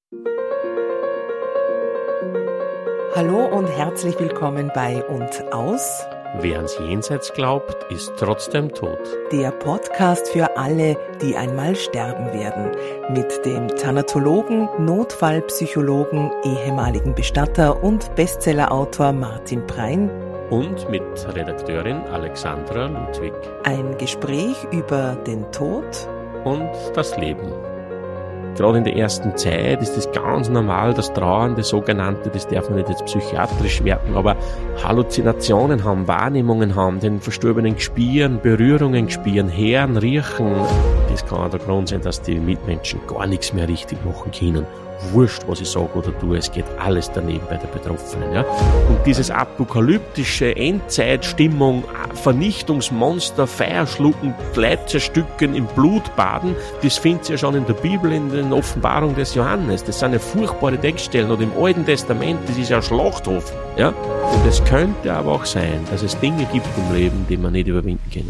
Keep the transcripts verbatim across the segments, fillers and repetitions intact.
Hallo und herzlich willkommen bei Und Aus. Wer ans Jenseits glaubt, ist trotzdem tot. Der Podcast für alle, die einmal sterben werden. Mit dem Thanatologen, Notfallpsychologen, ehemaligen Bestatter und Bestsellerautor Martin Prein. Und mit Redakteurin Alexandra Ludwig. Ein Gespräch über den Tod und das Leben. Gerade in der ersten Zeit ist es ganz normal, das Trauern, das sogenannte, das darf man nicht jetzt psychiatrisch werten, aber Halluzinationen haben, Wahrnehmungen haben, den Verstorbenen spüren, Berührungen spüren, hören, riechen. Das kann auch der Grund sein, dass die Mitmenschen gar nichts mehr richtig machen können. Wurscht, was ich sage oder tue, es geht alles daneben bei der Betroffenen. Ja? Und dieses apokalyptische Endzeitstimmung, Vernichtungsmonster, Feierschlucken, Leid zerstücken, im Blut baden, das findet ihr ja schon in der Bibel, in der Offenbarung des Johannes. Das sind ja furchtbare Textstellen. Oder im Alten Testament, das ist ja ein Schlachthof. Ja? Und es könnte aber auch sein, dass es Dinge gibt im Leben, die man nicht überwinden können.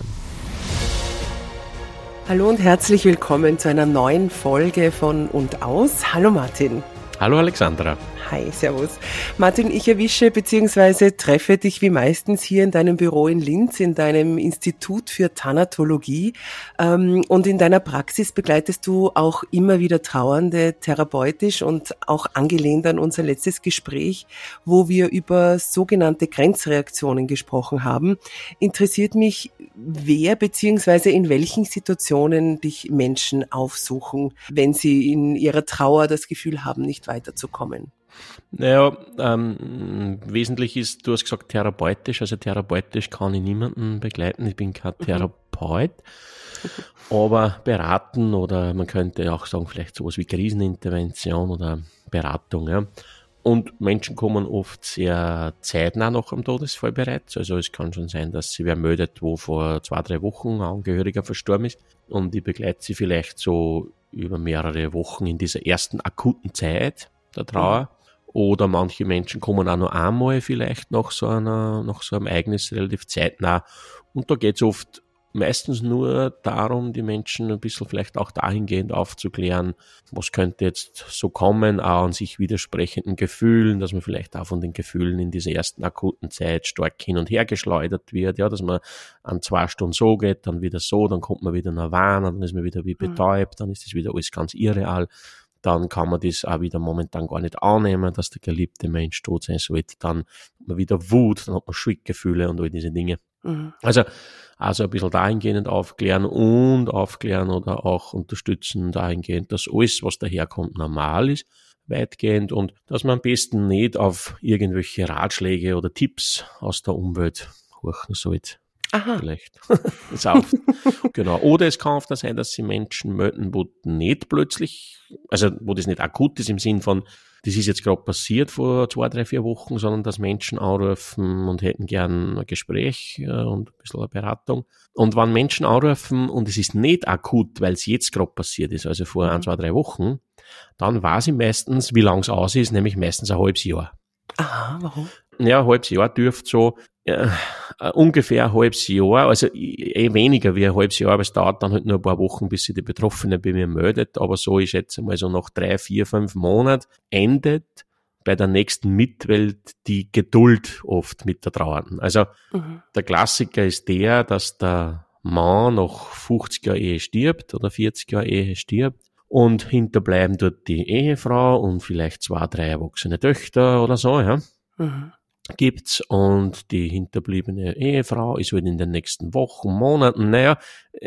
Hallo und herzlich willkommen zu einer neuen Folge von Und Aus. Hallo Martin. Hallo Alexandra. Hi, servus. Martin, ich erwische bzw. treffe dich wie meistens hier in deinem Büro in Linz, in deinem Institut für Thanatologie. Ähm, und in deiner Praxis begleitest du auch immer wieder Trauernde therapeutisch und auch angelehnt an unser letztes Gespräch, wo wir über sogenannte Grenzreaktionen gesprochen haben. Interessiert mich, wer bzw. in welchen Situationen dich Menschen aufsuchen, wenn sie in ihrer Trauer das Gefühl haben, nicht weiterzukommen. Naja, ähm, wesentlich ist, du hast gesagt therapeutisch, also therapeutisch kann ich niemanden begleiten, ich bin kein mhm. Therapeut, aber beraten oder man könnte auch sagen, vielleicht sowas wie Krisenintervention oder Beratung, ja. Und Menschen kommen oft sehr zeitnah nach dem Todesfall bereits, also es kann schon sein, dass sie wer meldet, wo vor zwei, drei Wochen ein Angehöriger verstorben ist und ich begleite sie vielleicht so über mehrere Wochen in dieser ersten akuten Zeit der Trauer. Mhm. Oder manche Menschen kommen auch noch einmal vielleicht nach so einer, nach so einem Ereignis relativ zeitnah. Und da geht es oft meistens nur darum, die Menschen ein bisschen vielleicht auch dahingehend aufzuklären, was könnte jetzt so kommen, auch an sich widersprechenden Gefühlen, dass man vielleicht auch von den Gefühlen in dieser ersten akuten Zeit stark hin und her geschleudert wird, ja, dass man an zwei Stunden so geht, dann wieder so, dann kommt man wieder nach Wahn, dann ist man wieder wie betäubt, dann ist das wieder alles ganz irreal. Dann kann man das auch wieder momentan gar nicht annehmen, dass der geliebte Mensch tot sein sollte. Dann hat man wieder Wut, dann hat man Schuldgefühle und all diese Dinge. Mhm. Also, also ein bisschen dahingehend aufklären und aufklären oder auch unterstützen dahingehend, dass alles, was daherkommt, normal ist, weitgehend und dass man am besten nicht auf irgendwelche Ratschläge oder Tipps aus der Umwelt horchen sollte. Aha. Vielleicht. Das auch. Genau. Oder es kann auch sein, dass sie Menschen melden, wo nicht plötzlich, also wo das nicht akut ist im Sinn von, das ist jetzt gerade passiert vor zwei, drei, vier Wochen, sondern dass Menschen anrufen und hätten gern ein Gespräch und ein bisschen eine Beratung. Und wenn Menschen anrufen und es ist nicht akut, weil es jetzt gerade passiert ist, also vor ein, zwei, drei Wochen, dann weiß ich meistens, wie lang es aus ist, nämlich meistens ein halbes Jahr. Aha, warum? Ja, ein halbes Jahr dürfte so ja, ungefähr ein halbes Jahr, also eh weniger wie ein halbes Jahr, aber es dauert dann halt nur ein paar Wochen, bis sich die Betroffene bei mir meldet, aber so, ich schätze mal so nach drei, vier, fünf Monaten endet bei der nächsten Mitwelt die Geduld oft mit der Trauernden. Also mhm. der Klassiker ist der, dass der Mann nach fünfzig Jahren Ehe stirbt oder vierzig Jahren Ehe stirbt und hinterbleiben dort die Ehefrau und vielleicht zwei, drei erwachsene Töchter oder so, ja. Mhm. Gibt's und die hinterbliebene Ehefrau ist halt in den nächsten Wochen, Monaten, naja,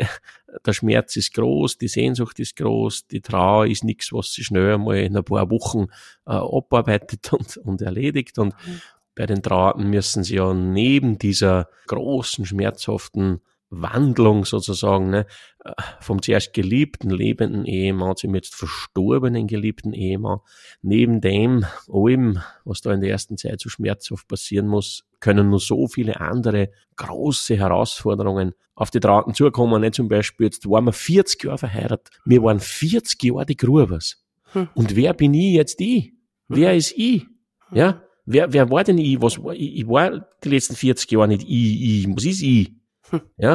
der Schmerz ist groß, die Sehnsucht ist groß, die Trauer ist nichts, was sich schnell einmal in ein paar Wochen äh, abarbeitet und, und erledigt und mhm. bei den Trauernden müssen sie ja neben dieser großen, schmerzhaften Wandlung sozusagen, ne, vom zuerst geliebten, lebenden Ehemann zum jetzt verstorbenen geliebten Ehemann. Neben dem allem, was da in der ersten Zeit so schmerzhaft passieren muss, können nur so viele andere große Herausforderungen auf die Trauernden zukommen. Nicht zum Beispiel, jetzt waren wir vierzig Jahre verheiratet. Wir waren vierzig Jahre die Grubers. Hm. Und wer bin ich jetzt ich? Hm. Wer ist ich? Ja? Wer, wer war denn ich? Was war ich? Ich war die letzten vierzig Jahre nicht ich, ich. Was ist ich? Ja,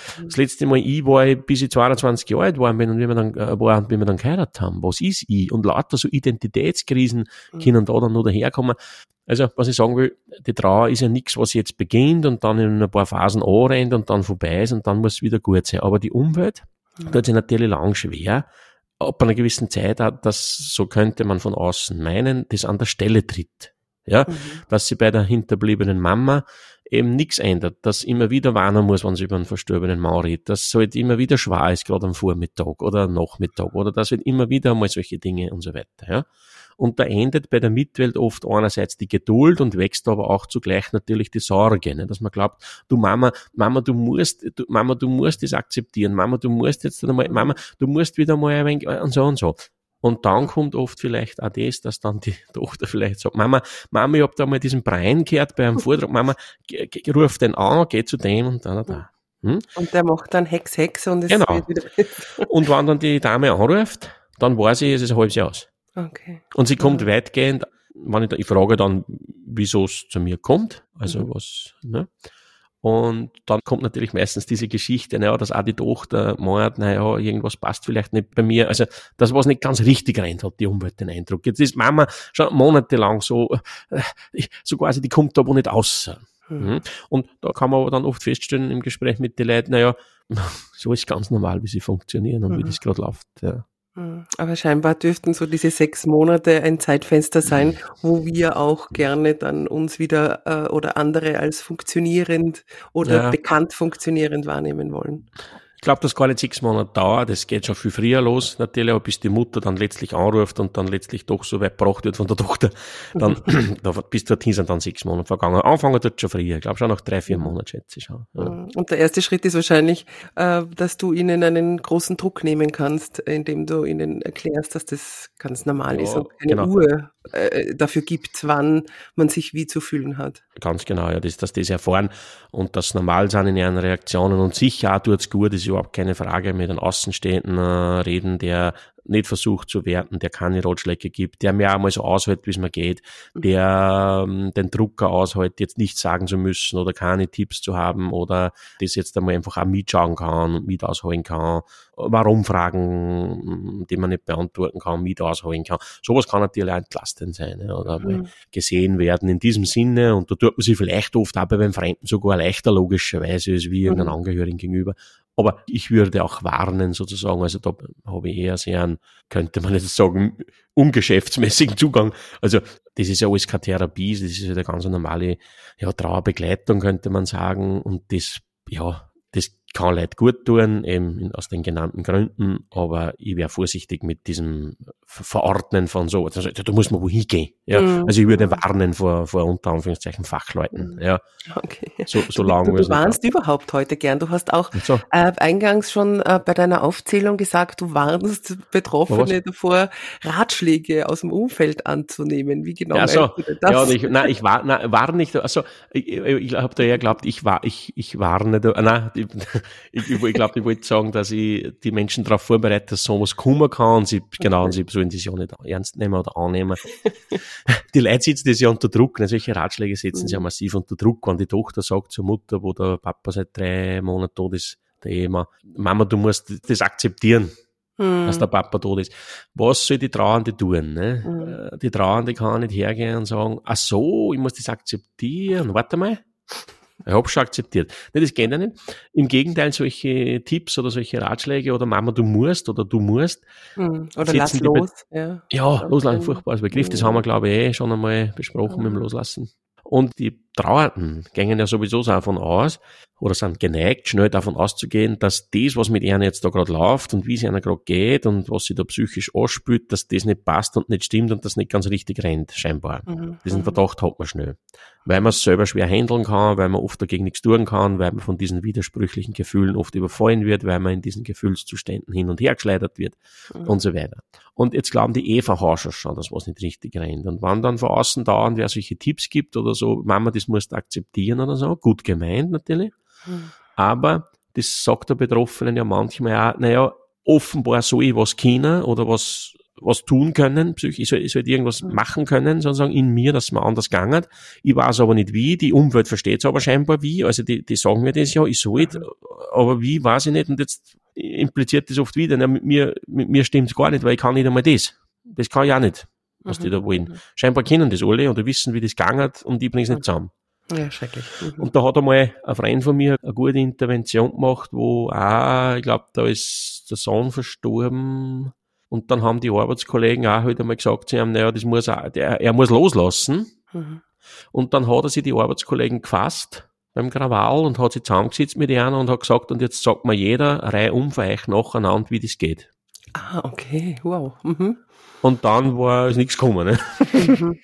Das letzte Mal ich war, bis ich zweiundzwanzig Jahre alt war, und wie wir dann, äh, war, und wie wir dann geheiratet haben. Was ist ich? Und lauter so Identitätskrisen mhm. können da dann noch daherkommen. Also, was ich sagen will, die Trauer ist ja nichts, was jetzt beginnt und dann in ein paar Phasen anrennt und dann vorbei ist und dann muss es wieder gut sein. Aber die Umwelt, mhm. tut sich natürlich lang schwer, ab einer gewissen Zeit, dass, so könnte man von außen meinen, das an der Stelle tritt. Ja, mhm. dass sie bei der hinterbliebenen Mama eben nichts ändert, dass immer wieder warnen muss, wenn sie über einen verstorbenen Mann redet, dass es halt immer wieder schwer ist, gerade am Vormittag oder am Nachmittag, oder dass halt immer wieder einmal solche Dinge und so weiter, ja. Und da endet bei der Mitwelt oft einerseits die Geduld und wächst aber auch zugleich natürlich die Sorge, ne? Dass man glaubt, du Mama, Mama, du musst, du, Mama, du musst das akzeptieren, Mama, du musst jetzt einmal, Mama, du musst wieder mal ein wenig und so und so. Und dann kommt oft vielleicht auch das, dass dann die Tochter vielleicht sagt, Mama, Mama, ich hab da mal diesen Brian gehört bei einem Vortrag, Mama, g- g- ruf den an, geh zu dem und da, da, da. Hm? Und der macht dann Hex, Hex und es genau. wird wieder... Und wenn dann die Dame anruft, dann weiß ich, es ist ein halbes Jahr aus. Okay. Und sie kommt ja. weitgehend, wenn ich, da, ich frage dann, wieso es zu mir kommt, also mhm. was, ne? Und dann kommt natürlich meistens diese Geschichte, naja, dass auch die Tochter meint, naja, irgendwas passt vielleicht nicht bei mir. Also, das, was nicht ganz richtig rennt, hat die Umwelt den Eindruck. Jetzt ist Mama schon monatelang so, so quasi, die kommt da aber nicht raus. Mhm. Und da kann man aber dann oft feststellen im Gespräch mit den Leuten, naja, so ist ganz normal, wie sie funktionieren und mhm. wie das gerade läuft, ja. Aber scheinbar dürften so diese sechs Monate ein Zeitfenster sein, wo wir auch gerne dann uns wieder äh, oder andere als funktionierend oder ja. bekannt funktionierend wahrnehmen wollen. Ich glaube, das gar nicht sechs Monate dauert, das geht schon viel früher los, natürlich, aber bis die Mutter dann letztlich anruft und dann letztlich doch so weit gebracht wird von der Tochter, dann, da, bis dorthin sind dann sechs Monate vergangen. Anfangen tut schon früher, ich glaube schon nach drei, vier Monaten, schätze ich schon. Ja. Und der erste Schritt ist wahrscheinlich, äh, dass du ihnen einen großen Druck nehmen kannst, indem du ihnen erklärst, dass das ganz normal ja, ist und keine genau. Uhr äh, dafür gibt, wann man sich wie zu fühlen hat. Ganz genau, ja, das, dass das erfahren und das normal sind in ihren Reaktionen und sicher auch tut's gut, das ist überhaupt keine Frage, mit einem Außenstehenden äh, reden, der nicht versucht zu werten, der keine Ratschläge gibt, der mir auch mal so aushält, wie es mir geht, der ähm, den Drucker aushält, jetzt nichts sagen zu müssen oder keine Tipps zu haben oder das jetzt einmal einfach auch mitschauen kann und mit ausholen kann, Warum-Fragen, die man nicht beantworten kann, mit ausholen kann. Sowas kann natürlich auch entlastend sein, ja, oder mhm. mal gesehen werden in diesem Sinne und da tut man sich vielleicht oft auch bei beim Fremden sogar leichter logischerweise als wie irgendeinem mhm. Angehörigen gegenüber. Aber ich würde auch warnen sozusagen, also da habe ich eher sehr einen, könnte man jetzt sagen, ungeschäftsmäßigen Zugang. Also das ist ja alles keine Therapie, das ist ja eine ganz normale ja, Trauerbegleitung, könnte man sagen. Und das, ja, das kann Leute gut tun, eben aus den genannten Gründen, aber ich wäre vorsichtig mit diesem Verordnen von so, also, da muss man wohin gehen. Ja? Mm. Also ich würde warnen vor, vor unter Anführungszeichen Fachleuten. Mm. Ja. Okay. So, so lange du, du warnst nicht überhaupt heute gern. Du hast auch so. äh, eingangs schon äh, bei deiner Aufzählung gesagt, du warnst Betroffene davor, Ratschläge aus dem Umfeld anzunehmen. Wie genau ja, so. du das? Ja, ich, nein, ich war, nein, war nicht, also ich, ich habe da eher geglaubt, ich war, ich, ich warne da, nein, ich, ich, ich glaube, ich wollte sagen, dass ich die Menschen darauf vorbereite, dass sowas kommen kann und sie, genau, und sie sollen das ja nicht ernst nehmen oder annehmen. Die Leute setzen das ja unter Druck, ne? Solche Ratschläge setzen sie ja massiv unter Druck, wenn die Tochter sagt zur Mutter, wo der Papa seit drei Monaten tot ist, der Ehemann, Mama, du musst das akzeptieren, hm. dass der Papa tot ist. Was soll die Trauernde tun? Ne? Hm. Die Trauernde kann nicht hergehen und sagen, ach so, ich muss das akzeptieren, warte mal. Ich hab's schon akzeptiert. Nee, das geht ja nicht. Im Gegenteil, solche Tipps oder solche Ratschläge oder Mama, du musst oder du musst. Hm. Oder lass los. Be- ja, ja loslassen, furchtbares Begriff. Das haben wir, glaube ich, eh schon einmal besprochen mit dem Loslassen. Und die Trauernden gehen ja sowieso davon aus, oder sind geneigt, schnell davon auszugehen, dass das, was mit ihnen jetzt da gerade läuft und wie es ihnen gerade geht und was sie da psychisch ausspült, dass das nicht passt und nicht stimmt und das nicht ganz richtig rennt, scheinbar. Mhm. Diesen Verdacht hat man schnell. Weil man es selber schwer handeln kann, weil man oft dagegen nichts tun kann, weil man von diesen widersprüchlichen Gefühlen oft überfallen wird, weil man in diesen Gefühlszuständen hin und her geschleudert wird mhm. und so weiter. Und jetzt glauben die Eva-Hauscher schon, dass was nicht richtig rennt. Und wenn dann von außen dauernd wer solche Tipps gibt oder so, Mama, das musst du akzeptieren oder so, gut gemeint natürlich, mhm. aber das sagt der Betroffenen ja manchmal auch, naja, offenbar soll ich was können oder was was tun können, psychisch, ich soll, ich soll irgendwas mhm. machen können, sozusagen in mir, dass es mir anders gegangen. Ich weiß aber nicht wie, die Umwelt versteht es aber scheinbar wie, also die, die sagen mir das ja, ich soll, mhm. aber wie, weiß ich nicht, und jetzt impliziert das oft wieder, na, mit mir, mit mir stimmt's gar nicht, weil ich kann nicht einmal das. Das kann ich auch nicht, was mhm. die da wollen. Mhm. Scheinbar kennen das alle und wissen, wie das gegangen hat und ich bring's nicht zusammen. Ja, schrecklich. Mhm. Und da hat einmal ein Freund von mir eine gute Intervention gemacht, wo auch, ich glaube, da ist der Sohn verstorben und dann haben die Arbeitskollegen auch halt einmal gesagt zu ihm, naja, das muss auch, der, er muss loslassen. Mhm. Und dann hat er sich die Arbeitskollegen gefasst beim Krawall und hat sich zusammengesetzt mit ihnen und hat gesagt, und jetzt sagt mir jeder Reihe um für euch nacheinander, wie das geht. Ah, okay, wow. Mhm. Und dann war es nichts gekommen, ne? Mhm.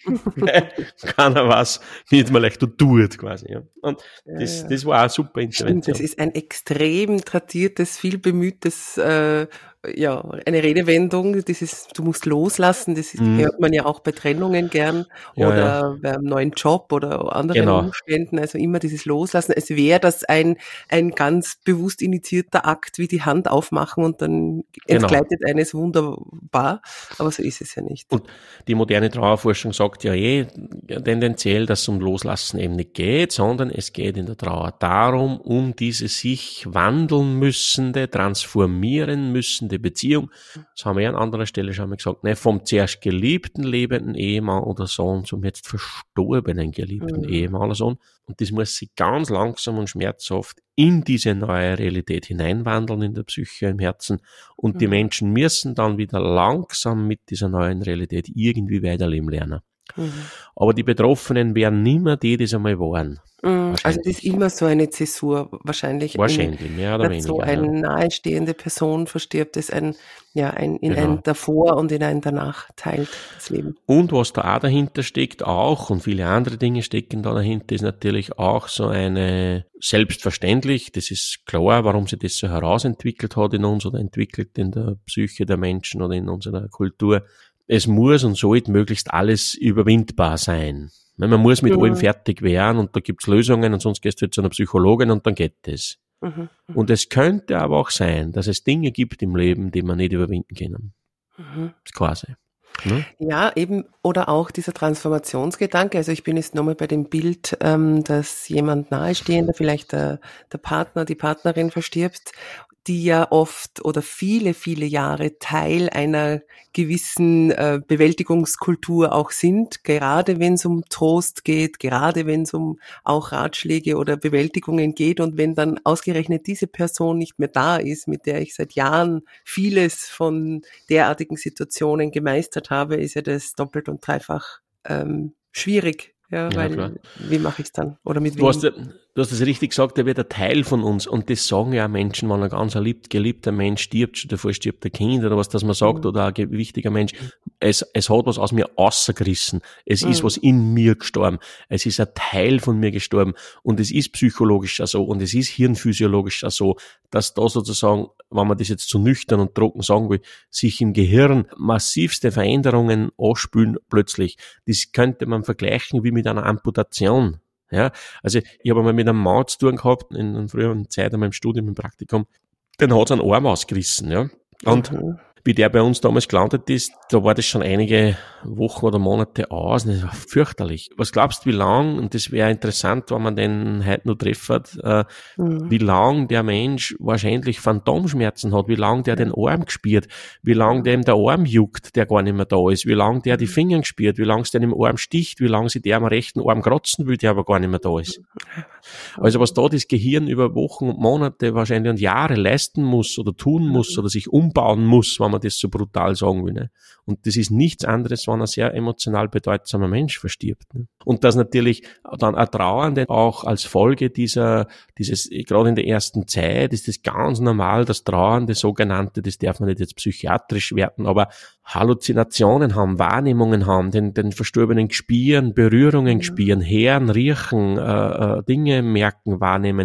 Keiner weiß, wie man leicht tut, quasi. Ja. Und das, ja, ja. das war auch super Intervention. Stimmt, das ist ein extrem tradiertes, viel bemühtes, äh, ja, eine Redewendung, das ist, du musst loslassen, das ist, mm. hört man ja auch bei Trennungen gern ja, oder ja. beim neuen Job oder anderen genau. Umständen, also immer dieses Loslassen. Es wäre das ein, ein ganz bewusst initiierter Akt, wie die Hand aufmachen und dann entgleitet genau. eines wunderbar, aber so ist es ja nicht. Und die moderne Trauerforschung sagt ja eh tendenziell, dass es um Loslassen eben nicht geht, sondern es geht in der Trauer darum, um diese sich wandeln müssende, transformieren müssende Beziehung. Das haben wir an anderer Stelle schon mal gesagt, ne, vom zuerst geliebten, lebenden Ehemann oder Sohn zum jetzt verstorbenen geliebten mhm. Ehemann oder Sohn. Und das muss sich ganz langsam und schmerzhaft in diese neue Realität hineinwandeln in der Psyche, im Herzen. Und mhm. die Menschen müssen dann wieder langsam mit dieser neuen Realität irgendwie weiterleben lernen. Mhm. Aber die Betroffenen werden nicht mehr die, die es einmal waren. Mhm. Also das ist immer so eine Zäsur, wahrscheinlich. Wahrscheinlich, in, mehr oder weniger. So eine ja. nahestehende Person verstirbt, es ein, ja, ein, in genau. ein davor und in ein danach teilt, das Leben. Und was da auch dahinter steckt, auch, und viele andere Dinge stecken da dahinter, ist natürlich auch so eine, selbstverständlich, das ist klar, warum sich das so herausentwickelt hat in uns oder entwickelt in der Psyche der Menschen oder in unserer Kultur. Es muss und sollte möglichst alles überwindbar sein. Man muss mit mhm. allem fertig werden und da gibt's Lösungen und sonst gehst du zu einer Psychologin und dann geht es. Mhm. Und es könnte aber auch sein, dass es Dinge gibt im Leben, die man nicht überwinden können. Mhm. Das ist quasi. Ne? Ja, eben, oder auch dieser Transformationsgedanke. Also ich bin jetzt nochmal bei dem Bild, ähm, dass jemand Nahestehender, vielleicht der, der Partner, die Partnerin verstirbt, die ja oft oder viele, viele Jahre Teil einer gewissen äh, Bewältigungskultur auch sind, gerade wenn es um Trost geht, gerade wenn es um auch Ratschläge oder Bewältigungen geht und wenn dann ausgerechnet diese Person nicht mehr da ist, mit der ich seit Jahren vieles von derartigen Situationen gemeistert habe, ist ja das doppelt und dreifach ähm, schwierig. Ja, ja, weil, klar. Wie mache ich es dann? Oder mit wem? Du hast, du hast das richtig gesagt, der wird ein Teil von uns. Und das sagen ja auch Menschen, wenn ein ganz erliebt, geliebter Mensch stirbt, schon davor stirbt ein Kind oder was, dass man sagt, mhm. oder ein wichtiger Mensch. Es, es hat was aus mir rausgerissen. Es mhm. ist was in mir gestorben. Es ist ein Teil von mir gestorben. Und es ist psychologisch auch so und es ist hirnphysiologisch auch so, dass da sozusagen, wenn man das jetzt zu nüchtern und trocken sagen will, sich im Gehirn massivste Veränderungen anspülen plötzlich. Das könnte man vergleichen wie mit einer Amputation. Ja, also ich habe einmal mit einem Mann zu tun gehabt, in einer früheren Zeit in meinem Studium, im Praktikum, den hat einen Arm ausgerissen, ja. Und mhm. wie der bei uns damals gelandet ist, da war das schon einige Wochen oder Monate aus, und das war fürchterlich. Was glaubst du, wie lang, und das wäre interessant, wenn man den heute noch treffert, äh, mhm. wie lang der Mensch wahrscheinlich Phantomschmerzen hat, wie lang der den Arm gespürt, wie lang dem der Arm juckt, der gar nicht mehr da ist, wie lang der die Finger gespürt, wie lang es den im Arm sticht, wie lang sie der am rechten Arm kratzen will, der aber gar nicht mehr da ist. Also was da das Gehirn über Wochen und Monate wahrscheinlich und Jahre leisten muss oder tun muss oder sich umbauen muss, wenn man das so brutal sagen will. Ne? Und das ist nichts anderes, wenn ein sehr emotional bedeutsamer Mensch verstirbt. Ne? Und das natürlich dann ein Trauernde auch als Folge dieser, dieses, gerade in der ersten Zeit ist das ganz normal, das Trauernde sogenannte, das darf man nicht jetzt psychiatrisch werten, aber Halluzinationen haben, Wahrnehmungen haben, den, den Verstorbenen spüren, Berührungen spüren, hören, riechen, äh, äh, Dinge merken, wahrnehmen.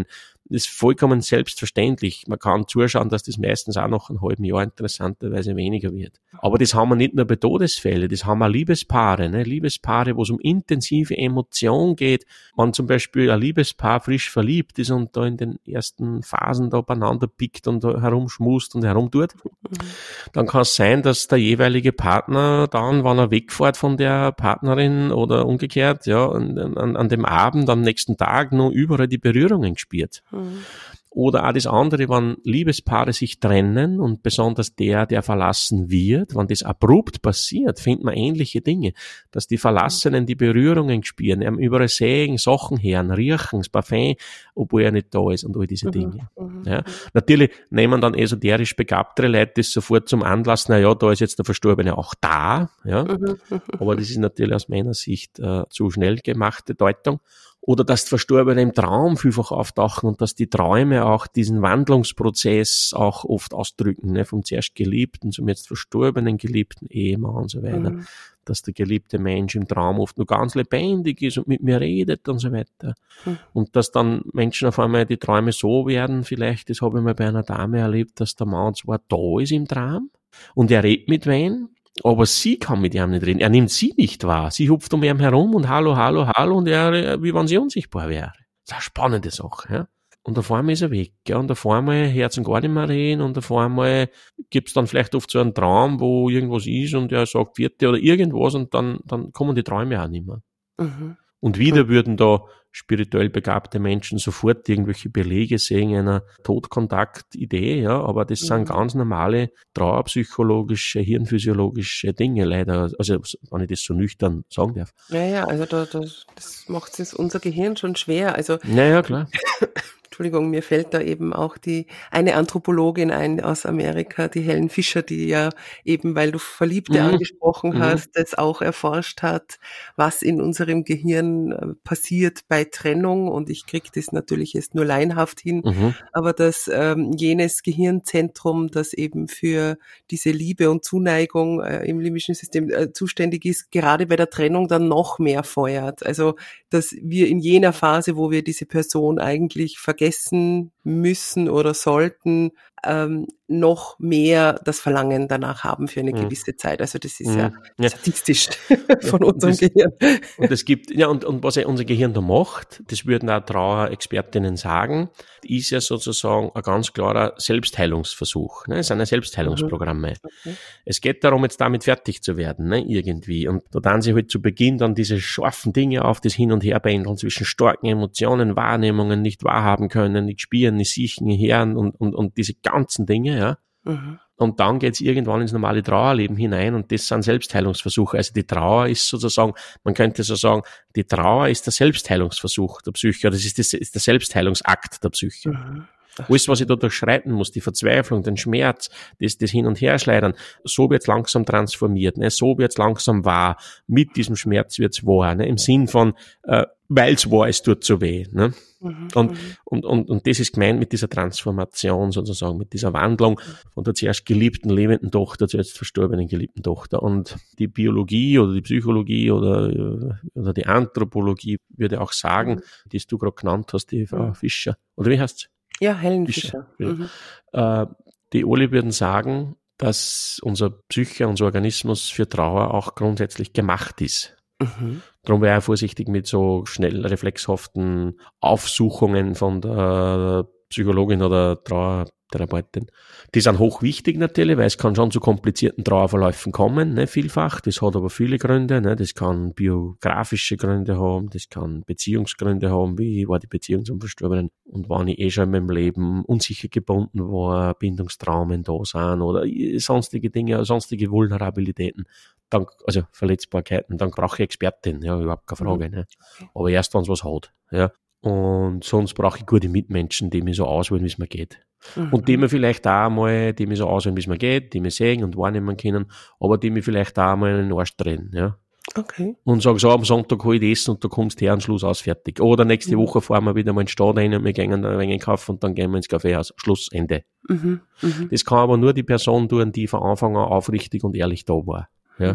Das ist vollkommen selbstverständlich. Man kann zuschauen, dass das meistens auch nach einem halben Jahr interessanterweise weniger wird. Aber das haben wir nicht nur bei Todesfällen, das haben wir Liebespaare, ne? Liebespaare, wo es um intensive Emotion geht. Wenn zum Beispiel ein Liebespaar frisch verliebt ist und da in den ersten Phasen da beieinander pickt und da herumschmust und herumtut, mhm. dann kann es sein, dass der jeweilige Partner dann, wenn er wegfährt von der Partnerin oder umgekehrt, ja, an, an, an dem Abend, am nächsten Tag noch überall die Berührungen spürt. Mhm. Oder auch das andere, wenn Liebespaare sich trennen und besonders der, der verlassen wird, wenn das abrupt passiert, findet man ähnliche Dinge, dass die Verlassenen die Berührungen spüren, eben überall sehen, Sachen hören, riechen, das Parfum, obwohl er nicht da ist und all diese Dinge. Mhm. Ja. Natürlich nehmen dann esoterisch begabtere Leute das sofort zum Anlass, na ja, da ist jetzt der Verstorbene auch da, ja. Mhm. Aber das ist natürlich aus meiner Sicht äh, zu schnell gemachte Deutung. Oder dass die Verstorbenen im Traum vielfach auftauchen und dass die Träume auch diesen Wandlungsprozess auch oft ausdrücken, ne, vom zuerst Geliebten zum jetzt verstorbenen geliebten Ehemann und so weiter. Mhm. Dass der geliebte Mensch im Traum oft nur ganz lebendig ist und mit mir redet und so weiter. Mhm. Und dass dann Menschen auf einmal die Träume so werden, vielleicht, das habe ich mal bei einer Dame erlebt, dass der Mann zwar da ist im Traum und er redet mit wem, aber sie kann mit ihm nicht reden. Er nimmt sie nicht wahr. Sie hupft um ihn herum und hallo, hallo, hallo und er, wie wenn sie unsichtbar wäre. Das ist eine spannende Sache, ja. Und auf einmal ist er weg, ja. Und auf einmal hört ihn gar nicht mehr reden und auf einmal gibt's dann vielleicht oft so einen Traum, wo irgendwas ist und er sagt Vierte oder irgendwas und dann, dann kommen die Träume auch nicht mehr. Mhm. Und wieder mhm. würden da spirituell begabte Menschen sofort irgendwelche Belege sehen einer Todkontakt-Idee, ja, aber das mhm. sind ganz normale trauerpsychologische, hirnphysiologische Dinge leider, also wenn ich das so nüchtern sagen darf. Ja, ja, also da, das, das macht es unser Gehirn schon schwer. Also naja, klar. Entschuldigung, mir fällt da eben auch die eine Anthropologin ein aus Amerika, die Helen Fischer, die ja eben, weil du Verliebte mhm. angesprochen mhm. hast, das auch erforscht hat, was in unserem Gehirn passiert bei Trennung. Und ich kriege das natürlich jetzt nur laienhaft hin, mhm. aber dass ähm, jenes Gehirnzentrum, das eben für diese Liebe und Zuneigung äh, im limbischen System äh, zuständig ist, gerade bei der Trennung dann noch mehr feuert. Also dass wir in jener Phase, wo wir diese Person eigentlich vergessen müssen oder sollten, ähm, noch mehr das Verlangen danach haben für eine mhm. gewisse Zeit. Also das ist mhm. ja, ja statistisch von ja, unserem das, Gehirn. Und es gibt, ja, und, und was ja unser Gehirn da macht, das würden auch Trauerexpertinnen sagen, ist ja sozusagen ein ganz klarer Selbstheilungsversuch. Ne? Es sind ja Selbstheilungsprogramme. Okay. Es geht darum, jetzt damit fertig zu werden, ne? irgendwie. Und da dann sie halt zu Beginn dann diese scharfen Dinge auf, das Hin- und Herpendeln zwischen starken Emotionen, Wahrnehmungen, nicht wahrhaben können, nicht spüren, nicht siechen, nicht hören und, und, und diese ganzen Dinge, ja. Mhm. Und dann geht's irgendwann ins normale Trauerleben hinein und das sind Selbstheilungsversuche. Also die Trauer ist sozusagen, man könnte so sagen, die Trauer ist der Selbstheilungsversuch der Psyche, das ist, das ist der Selbstheilungsakt der Psyche. Mhm. Alles, was ich da durchschreiten muss, die Verzweiflung, den Schmerz, das, das Hin- und Herschleudern, so wird's langsam transformiert, ne? So wird's langsam wahr, mit diesem Schmerz wird's wahr, ne? Im Sinn von, äh, weil's wahr, es tut so weh, ne? Mhm, und, und, und, und das ist gemeint mit dieser Transformation sozusagen, mit dieser Wandlung von der zuerst geliebten, lebenden Tochter zur jetzt verstorbenen geliebten Tochter. Und die Biologie oder die Psychologie oder, oder die Anthropologie würde auch sagen, mhm. die du gerade genannt hast, die Frau mhm. Fischer, oder wie heißt's? Ja, Helen Fischer. Fischer. Mhm. Äh, die alle würden sagen, dass unser Psyche, unser Organismus für Trauer auch grundsätzlich gemacht ist. Mhm. Darum wäre ich vorsichtig mit so schnell reflexhaften Aufsuchungen von der Psychologin oder Trauertherapeutin. Die sind hochwichtig natürlich, weil es kann schon zu komplizierten Trauerverläufen kommen, ne, vielfach. Das hat aber viele Gründe, ne. Das kann biografische Gründe haben, das kann Beziehungsgründe haben, wie war die Beziehung zum Verstorbenen und wann ich eh schon in meinem Leben unsicher gebunden war, Bindungstraumen da sind oder sonstige Dinge, sonstige Vulnerabilitäten. Dann, also Verletzbarkeiten, dann brauche ich Expertin, ja, überhaupt keine Frage, ne. Aber erst, wenn es was hat, ja. Und sonst brauche ich gute Mitmenschen, die mir so auswählen, wie es mir geht. Mhm. Und die mir vielleicht auch mal, die mir so auswählen, wie es mir geht, die mir sehen und wahrnehmen können, aber die mir vielleicht auch mal in den Arsch drehen, ja. Okay. Und sagen so, am Sonntag hol ich das und du kommst her und Schluss aus, fertig. Oder nächste mhm. Woche fahren wir wieder mal in die Stadt rein und wir gehen ein wenig kaufen und dann gehen wir ins Kaffeehaus. Schluss, Ende. Mhm. Mhm. Das kann aber nur die Person tun, die von Anfang an aufrichtig und ehrlich da war. Ja. Mhm.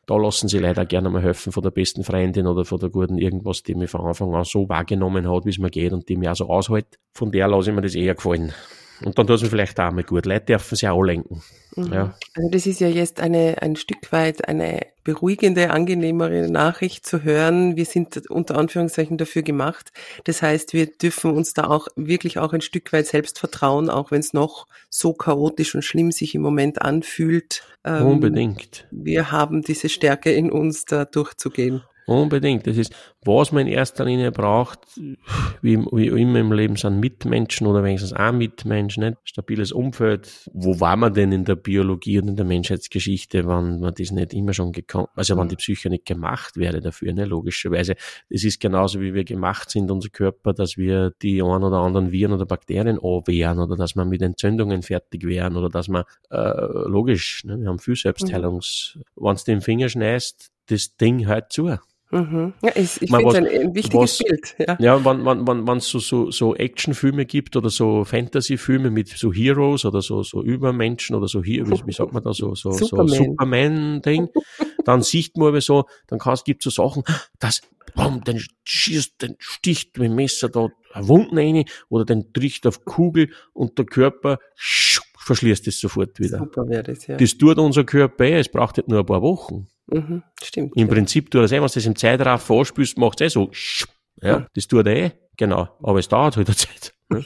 da lassen sie leider gerne mal helfen von der besten Freundin oder von der guten irgendwas, die mich von Anfang an so wahrgenommen hat, wie es mir geht und die mir auch so aushält. Von der lasse ich mir das eher gefallen. Und dann tut es mir vielleicht auch mal gut. Leute dürfen sich auch lenken. Mhm. Ja. Also das ist ja jetzt eine, ein Stück weit eine beruhigende, angenehmere Nachricht zu hören. Wir sind unter Anführungszeichen dafür gemacht. Das heißt, wir dürfen uns da auch wirklich auch ein Stück weit selbst vertrauen, auch wenn es noch so chaotisch und schlimm sich im Moment anfühlt. Ähm, Unbedingt. Wir haben diese Stärke in uns, da durchzugehen. Unbedingt. Das ist, was man in erster Linie braucht, wie, wie immer im Leben, sind Mitmenschen oder wenigstens auch Mitmenschen, nicht? Stabiles Umfeld. Wo war man denn in der Biologie und in der Menschheitsgeschichte, wenn man das nicht immer schon gekannt, also wenn die Psyche nicht gemacht wäre dafür, ne? Logischerweise. Es ist genauso, wie wir gemacht sind, unser Körper, dass wir die ein oder anderen Viren oder Bakterien anwehren oder dass wir mit Entzündungen fertig wären oder dass man, äh, logisch, ne? Wir haben viel Selbstheilungs, mhm. wenn du den Finger schneidest, das Ding halt zu. Mhm. Ja, ich ich finde es ein, ein wichtiges was, Bild. Ja, ja wenn wenn wenn wenn es so so so Actionfilme gibt oder so Fantasyfilme mit so Heroes oder so so Übermenschen oder so wie, wie sagt man da so so Superman. so Superman Ding, dann sieht man aber so, dann kannst gibt so Sachen, das boom, dann schießt, dann sticht mit dem Messer da Wunden rein oder dann tricht auf Kugel und der Körper schuh, verschließt es sofort wieder. Super wäre das, ja. Das tut unser Körper eh, es braucht halt nur ein paar Wochen. Mhm, stimmt. Im ja. Prinzip tut er es eh, wenn du das im Zeitraffer vorspülst, macht es eh so. Ja, das tut er eh, genau. Aber es dauert halt eine Zeit. Ne?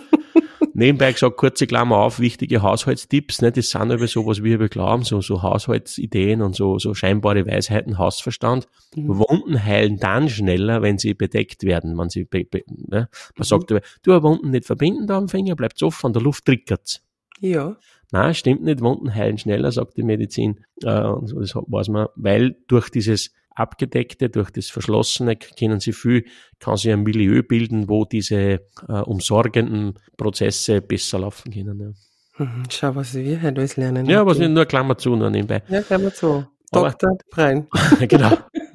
Nebenbei gesagt, kurze Klammer auf, wichtige Haushaltstipps, ne? Das sind aber sowas, wie wir glauben, so, so Haushaltsideen und so, so scheinbare Weisheiten, Hausverstand. Mhm. Wunden heilen dann schneller, wenn sie bedeckt werden, wenn sie, be, be, ne? Man mhm. sagt aber, du, Wunden nicht verbinden da am Finger, bleibt's offen, an der Luft trickert's. Ja. Nein, stimmt nicht, Wunden heilen schneller, sagt die Medizin. Äh, und so, das weiß man, weil durch dieses Abgedeckte, durch das Verschlossene können sie viel, kann sich ein Milieu bilden, wo diese äh, umsorgenden Prozesse besser laufen können. Ja. Mhm, schau, was wir heute alles lernen. Ja, was nicht, nur Klammer zu, nur nebenbei. Ja, Klammer zu. Doktor Brein. Genau.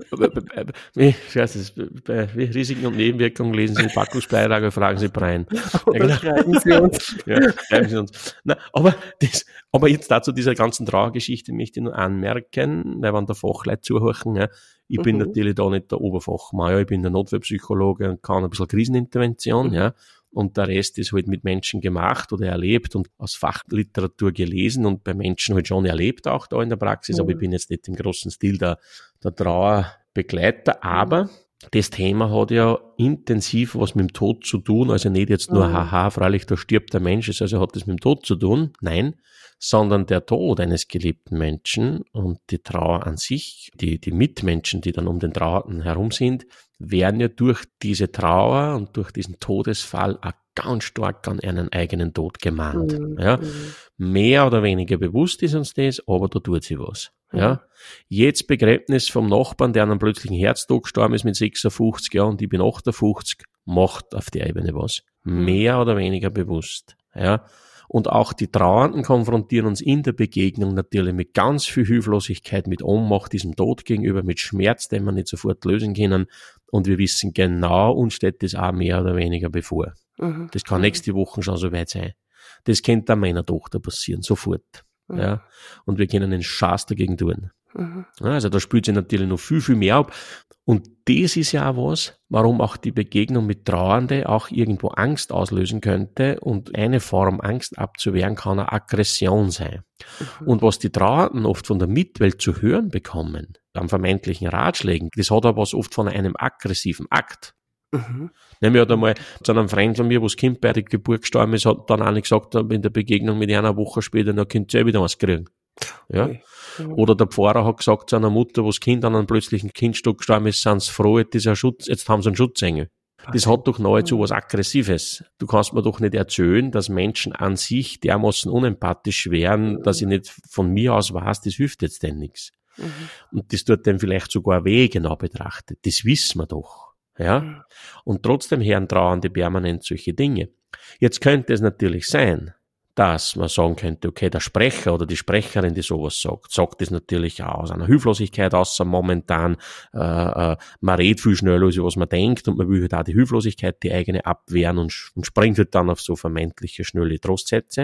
Wie, das, bei Risiken und Nebenwirkungen lesen Sie Packungsbeilage, fragen Sie Brein. Ja, genau. Schreiben Sie uns. Ja, schreiben Sie uns. Na, aber, das, aber jetzt dazu dieser ganzen Trauergeschichte möchte ich nur anmerken, weil wenn der Fachleute zuhören, ja, ich mhm. bin natürlich da nicht der Oberfachmann, ja, ich bin der Notfallpsychologe und kann ein bisschen Krisenintervention, mhm. ja. Und der Rest ist halt mit Menschen gemacht oder erlebt und aus Fachliteratur gelesen und bei Menschen halt schon erlebt auch da in der Praxis, mhm. aber ich bin jetzt nicht im großen Stil der, der Trauerbegleiter, aber das Thema hat ja intensiv was mit dem Tod zu tun, also nicht jetzt nur, mhm. haha, freilich, da stirbt der Mensch, also hat das mit dem Tod zu tun, nein, sondern der Tod eines geliebten Menschen und die Trauer an sich, die, die Mitmenschen, die dann um den Trauernden herum sind, werden ja durch diese Trauer und durch diesen Todesfall auch ganz stark an einen eigenen Tod gemahnt. Mhm. Ja, mehr oder weniger bewusst ist uns das, aber da tut sie was. Mhm. Ja, jetzt Begräbnis vom Nachbarn, der an einem plötzlichen Herztod gestorben ist mit sechsundfünfzig Jahren und ich bin achtundfünfzig, macht auf die Ebene was. Mhm. Mehr oder weniger bewusst. Ja. Und auch die Trauernden konfrontieren uns in der Begegnung natürlich mit ganz viel Hilflosigkeit, mit Ohnmacht diesem Tod gegenüber, mit Schmerz, den wir nicht sofort lösen können. Und wir wissen genau, uns steht das auch mehr oder weniger bevor. Mhm. Das kann nächste Woche schon so weit sein. Das könnte auch meiner Tochter passieren, sofort. Mhm. Ja. Und wir können den Schaß dagegen tun. Mhm. Ja, also da spielt sich natürlich noch viel, viel mehr ab. Und das ist ja auch was, warum auch die Begegnung mit Trauernde auch irgendwo Angst auslösen könnte. Und eine Form, Angst abzuwehren, kann eine Aggression sein. Mhm. Und was die Trauernden oft von der Mitwelt zu hören bekommen, an vermeintlichen Ratschlägen, das hat aber was oft von einem aggressiven Akt. Mhm. Nämlich hat einmal zu einem Freund von mir, wo das Kind bei der Geburt gestorben ist, hat dann einer gesagt, in der Begegnung mit einer Woche später, na, könnt ihr wieder was kriegen. Ja. Okay. Oder der Pfarrer hat gesagt zu einer Mutter, wo das Kind an einem plötzlichen Kindstück gestorben ist, sind sie froh, jetzt, ist ein Schutz, jetzt haben sie einen Schutzengel. Das hat doch nahezu was Aggressives. Du kannst mir doch nicht erzählen, dass Menschen an sich dermaßen unempathisch wären, dass ich nicht von mir aus weiß, das hilft jetzt denn nichts. Mhm. Und das tut dem vielleicht sogar weh, genau betrachtet. Das wissen wir doch. Ja. Mhm. Und trotzdem hören Trauernde permanent solche Dinge. Jetzt könnte es natürlich sein, dass man sagen könnte, okay, der Sprecher oder die Sprecherin, die sowas sagt, sagt das natürlich auch aus einer Hilflosigkeit außer momentan, äh, äh, man redet viel schneller, als was man denkt und man will halt auch die Hilflosigkeit, die eigene abwehren und, und springt halt dann auf so vermeintliche schnelle Trostsätze.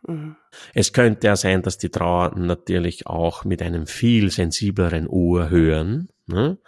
Mhm. Es könnte ja sein, dass die Trauernden natürlich auch mit einem viel sensibleren Ohr hören. Ne?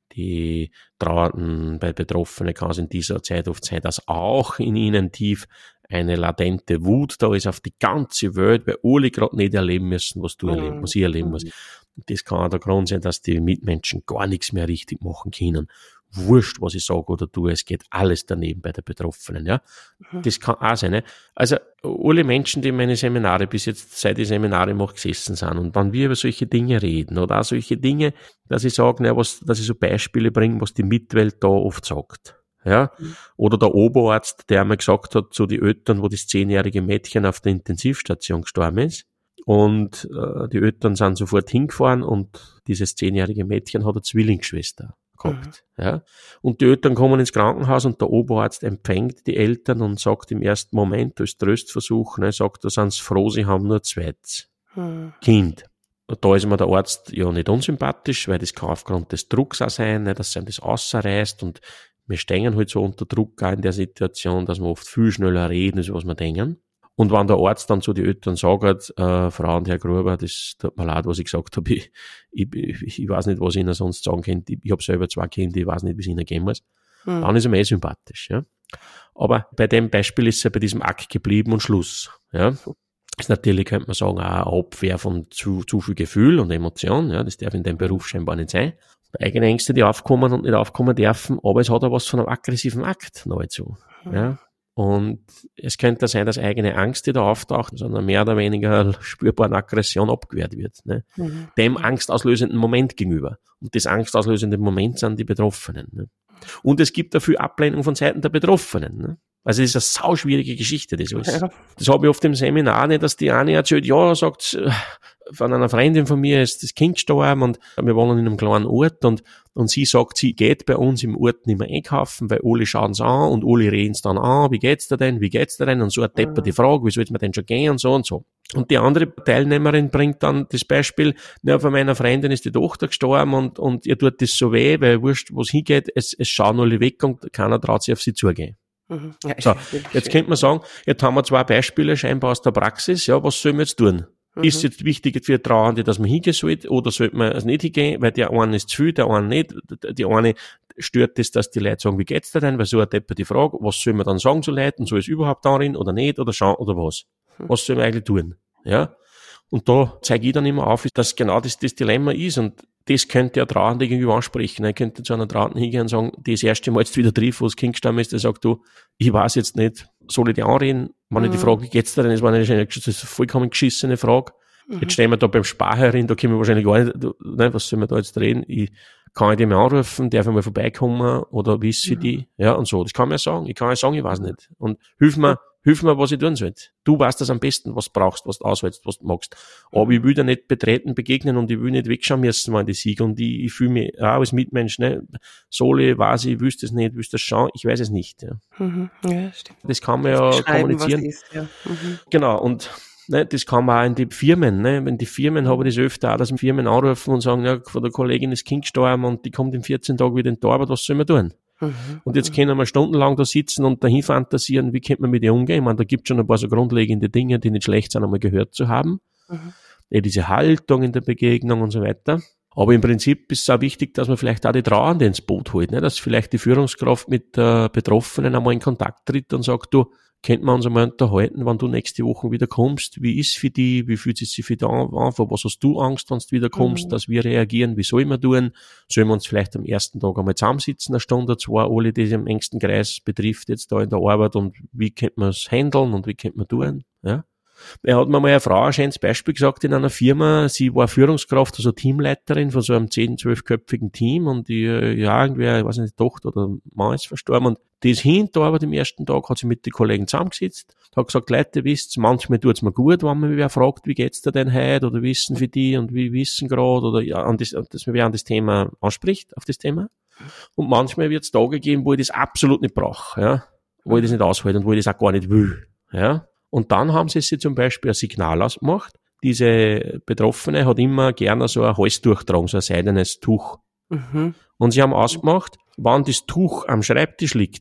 Die Trauernden bei Betroffenen kann es in dieser Zeit oft sein, dass auch in ihnen tief eine latente Wut da ist auf die ganze Welt, weil alle gerade nicht erleben müssen, was du Mhm. erleben, was ich erleben muss. Das kann auch der Grund sein, dass die Mitmenschen gar nichts mehr richtig machen können. Wurscht, was ich sage oder tue, es geht alles daneben bei der Betroffenen, ja. Mhm. Das kann auch sein, ne? Also, alle Menschen, die in meine Seminare bis jetzt, seit ich Seminare mache, gesessen sind und wenn wir über solche Dinge reden oder auch solche Dinge, dass ich sage, ne, was, dass ich so Beispiele bringe, was die Mitwelt da oft sagt, ja. Mhm. Oder der Oberarzt, der einmal gesagt hat zu den Eltern, wo das zehnjährige Mädchen auf der Intensivstation gestorben ist. Und äh, die Eltern sind sofort hingefahren und dieses zehnjährige Mädchen hat eine Zwillingsschwester gehabt. Mhm. Ja. Und die Eltern kommen ins Krankenhaus und der Oberarzt empfängt die Eltern und sagt im ersten Moment als Tröstversuch, ne, sagt, da sind sie froh, sie haben nur ein zweites mhm. Kind. Und da ist mir der Arzt ja nicht unsympathisch, weil das kann aufgrund des Drucks auch sein, ne, dass einem das ausreißt und wir stehen halt so unter Druck auch in der Situation, dass wir oft viel schneller reden, als was wir denken. Und wenn der Arzt dann zu den Eltern sagt, äh, Frau und Herr Gruber, das tut mir leid, was ich gesagt habe, ich, ich, ich weiß nicht, was ich Ihnen sonst sagen könnte, ich, ich habe selber zwei Kinder, ich weiß nicht, wie es Ihnen gehen muss, mhm. dann ist er mir eh sympathisch. Ja. Aber bei dem Beispiel ist er bei diesem Akt geblieben und Schluss. Ja. Das ist natürlich, könnte man sagen, auch eine Abwehr von zu, zu viel Gefühl und Emotion, ja, das darf in dem Beruf scheinbar nicht sein. Eigene Ängste, die aufkommen und nicht aufkommen dürfen, aber es hat auch was von einem aggressiven Akt nahezu. Mhm. Ja. Und es könnte sein, dass eigene Angst, die da auftaucht, sondern mehr oder weniger spürbaren Aggression abgewehrt wird. Ne? Mhm. Dem angstauslösenden Moment gegenüber. Und das angstauslösende Moment sind die Betroffenen. Ne? Und es gibt dafür Ablehnung von Seiten der Betroffenen. Ne? Also das ist eine sauschwierige Geschichte, das alles. Ja. Das habe ich oft im Seminar nicht, dass die eine erzählt, ja, sagt, von einer Freundin von mir ist das Kind gestorben und wir wohnen in einem kleinen Ort und, und sie sagt, sie geht bei uns im Ort nicht mehr einkaufen, weil alle schauen es an und alle reden es dann an, wie geht's dir denn, wie geht's dir denn und so eine depperte Frage, wie soll's mir denn schon gehen und so und so. Und die andere Teilnehmerin bringt dann das Beispiel, na, von meiner Freundin ist die Tochter gestorben und, und ihr tut das so weh, weil wurscht, wo es hingeht, es, es schauen alle weg und keiner traut sich auf sie zugehen. Mhm. Ja, so, jetzt könnte man sagen, jetzt haben wir zwei Beispiele scheinbar aus der Praxis, ja, was sollen wir jetzt tun? Mhm. Ist jetzt wichtig für Trauernde, dass man hingehen sollte, oder sollte man es nicht hingehen, weil der eine ist zu viel, der eine nicht, die eine stört es, dass die Leute sagen, wie geht's dir denn, weil so eine depperte Frage, was soll man dann sagen zu Leuten, soll es überhaupt darin oder nicht, oder schauen, oder was? Mhm. Was soll man eigentlich tun? Ja? Und da zeige ich dann immer auf, dass genau das das Dilemma ist und das könnte ja Trauernde gegenüber ansprechen. Ich könnte zu einer Trauernden hingehen und sagen, das erste Mal jetzt wieder triff, wo das Kind gestorben ist, der sagt, du, ich weiß jetzt nicht, soll ich dich anreden? Wenn mhm. ich die Frage, wie geht's dir denn? Das war eine, das ist eine vollkommen geschissene Frage. Mhm. Jetzt stehen wir da beim Sparherrin, da können wir wahrscheinlich gar nicht, ne, was sollen wir da jetzt reden? Ich kann ich die mal anrufen, darf ich mal vorbeikommen oder wie ist für mhm. die? Ja, und so. Das kann man ja sagen. Ich kann ja sagen, ich weiß nicht. Und hilf mir, hilf mir, was ich tun soll. Du weißt das am besten, was du brauchst, was du auswählst, was du magst. Aber ich will dir nicht betreten begegnen und ich will nicht wegschauen müssen, wenn die Sieg. Und ich, ich fühle mich auch als Mitmensch, ne? Sohle, weiß ich, wüsste es nicht, wüsste es schauen, ich weiß es nicht. Ja, mhm. Ja, stimmt. Das kann man ja kommunizieren. Was ist, ja. Mhm. Genau, und ne, das kann man auch in die Firmen, ne? Wenn die Firmen, habe ich das öfter auch, dass Firmen anrufen und sagen, ja, von der Kollegin ist Kind gestorben und die kommt in vierzehn Tagen wieder in die Arbeit, was soll man tun? Mhm. Und jetzt können wir stundenlang da sitzen und dahin fantasieren, wie könnte man mit ihr umgehen. Ich meine, da gibt es schon ein paar so grundlegende Dinge, die nicht schlecht sind, einmal gehört zu haben. Mhm. Ja, diese Haltung in der Begegnung und so weiter. Aber im Prinzip ist es auch wichtig, dass man vielleicht auch die Trauernde ins Boot holt, ne? Dass vielleicht die Führungskraft mit der Betroffenen einmal in Kontakt tritt und sagt, du, könnten wir uns einmal unterhalten, wenn du nächste Woche wieder kommst, wie ist für die, wie fühlt es sich für dich an, vor was hast du Angst, wenn du wieder kommst, mhm. dass wir reagieren, wie soll man tun, sollen wir uns vielleicht am ersten Tag einmal zusammensitzen, eine Stunde, zwei, alle, die sich im engsten Kreis betrifft, jetzt da in der Arbeit und wie könnte man es handeln und wie könnte man tun, ja. Er hat mir mal eine Frau ein schönes Beispiel gesagt in einer Firma, sie war Führungskraft, also Teamleiterin von so einem zehn-, zwölfköpfigen Team und die, ja, irgendwer, ich weiß nicht, Tochter oder Mann ist verstorben und die ist hinter Arbeit am ersten Tag, hat sie mit den Kollegen zusammengesetzt, hat gesagt, Leute, wisst, manchmal tut's mir gut, wenn man wer fragt, wie geht's dir denn heute oder wissen für die und wie wissen gerade oder ja, an das, dass man wer an das Thema anspricht, auf das Thema. Und manchmal wird's Tage geben, wo ich das absolut nicht brauche, ja, wo ich das nicht aushalte und wo ich das auch gar nicht will, ja. Und dann haben sie sich zum Beispiel ein Signal ausgemacht. Diese Betroffene hat immer gerne so ein Halstuch tragen, so ein seidenes Tuch. Mhm. Und sie haben ausgemacht, wenn das Tuch am Schreibtisch liegt,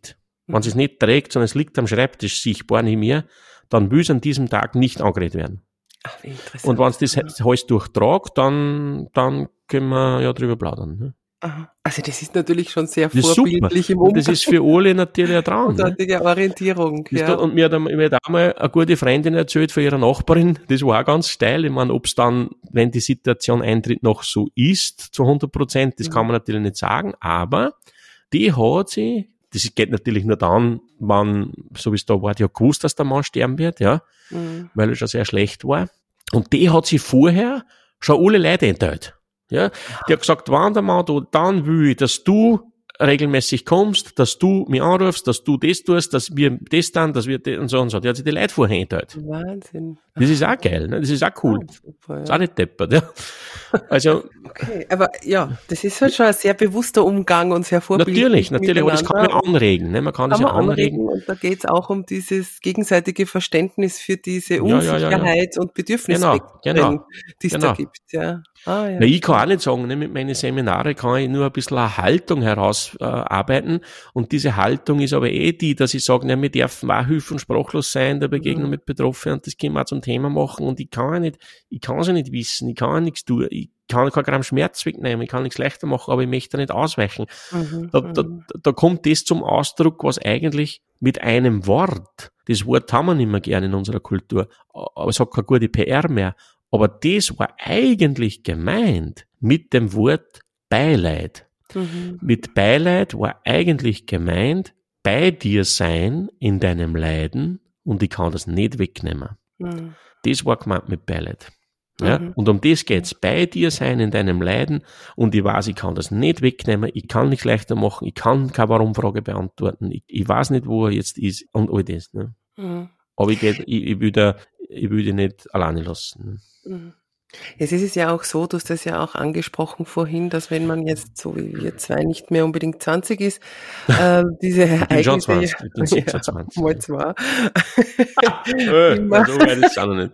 Wenn es es nicht trägt, sondern es liegt am Schreibtisch sichtbar nicht mehr, dann will es an diesem Tag nicht angeredet werden. Ach, wie interessant. Und wenn es das ja. alles durchtragt, dann, dann können wir ja drüber plaudern. Ne? Aha. Also das ist natürlich schon sehr das vorbildlich im Umgang. Das ist für alle natürlich ein Traum. Großartige ne? Orientierung. Ja. Und mir hat, mir hat einmal eine gute Freundin erzählt von ihrer Nachbarin, das war auch ganz steil. Ich meine, ob es dann, wenn die Situation eintritt, noch so ist, zu hundert Prozent, das mhm. kann man natürlich nicht sagen, aber die hat sie, das geht natürlich nur dann, wenn, so wie es da war, die hat gewusst, dass der Mann sterben wird, ja, mhm. weil er schon sehr schlecht war. Und die hat sie vorher schon alle Leute enthält. Ja, die hat gesagt, wenn der Mann, du, dann will ich, dass du regelmäßig kommst, dass du mich anrufst, dass du das tust, dass wir das dann, dass wir das und so und so. Die hat sich die Leute vorher enthält. Wahnsinn. Das ist auch geil, ne? Das ist auch cool. Ah, super, ja. Das ist auch nicht deppert, ja. Also. Okay, aber ja, das ist halt schon ein sehr bewusster Umgang und sehr vorbildlich. Natürlich, natürlich, aber das kann man anregen, ne? Man kann, kann das ja anregen. anregen. Und da geht's auch um dieses gegenseitige Verständnis für diese Unsicherheit ja, ja, ja, ja. und Bedürfnisspektren, genau, genau, die es genau. da gibt, ja. Ah, ja. Na, ich kann auch nicht sagen, ne, mit meinen Seminaren kann ich nur ein bisschen eine Haltung herausarbeiten äh, und diese Haltung ist aber eh die, dass ich sage, ne, wir dürfen auch hilf- und sprachlos sein, der Begegnung mhm. mit Betroffenen und das können wir auch zum Thema machen und ich kann ja nicht, ich kann es ja nicht wissen, ich kann ja nichts tun, ich kann kein Gramm Schmerz wegnehmen, ich kann nichts leichter machen, aber ich möchte nicht ausweichen. Mhm. Da, da, da kommt das zum Ausdruck, was eigentlich mit einem Wort, das Wort haben wir nicht mehr gerne in unserer Kultur, aber es hat keine gute P R mehr. Aber das war eigentlich gemeint mit dem Wort Beileid. Mhm. Mit Beileid war eigentlich gemeint, bei dir sein in deinem Leiden und ich kann das nicht wegnehmen. Mhm. Das war gemeint mit Beileid. Ja? Mhm. Und um das geht's. Bei dir sein in deinem Leiden und ich weiß, ich kann das nicht wegnehmen, ich kann nicht leichter machen, ich kann keine Warum-Frage beantworten, ich, ich weiß nicht, wo er jetzt ist und all das. Ne? Mhm. Aber ich, geht, ich, ich, will da, ich will die nicht alleine lassen. Mhm. Jetzt ist es ja auch so, du hast das ja auch angesprochen vorhin, dass wenn man jetzt, so wie wir zwei, nicht mehr unbedingt zwanzig ist, äh, diese Ereignisse... Ich bin schon zwanzig, ich bin sechsundzwanzig. Ja, mal zwei. äh, so weit ist es auch noch nicht.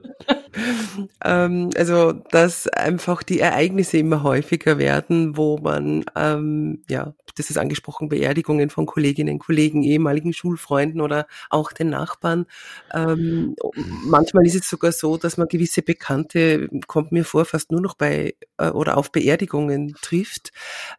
ähm, also, dass einfach die Ereignisse immer häufiger werden, wo man, ähm, ja, das ist angesprochen, Beerdigungen von Kolleginnen, Kollegen, ehemaligen Schulfreunden oder auch den Nachbarn. Ähm, manchmal ist es sogar so, dass man gewisse Bekannte, kommt mir vor, fast nur noch bei äh, oder auf Beerdigungen trifft.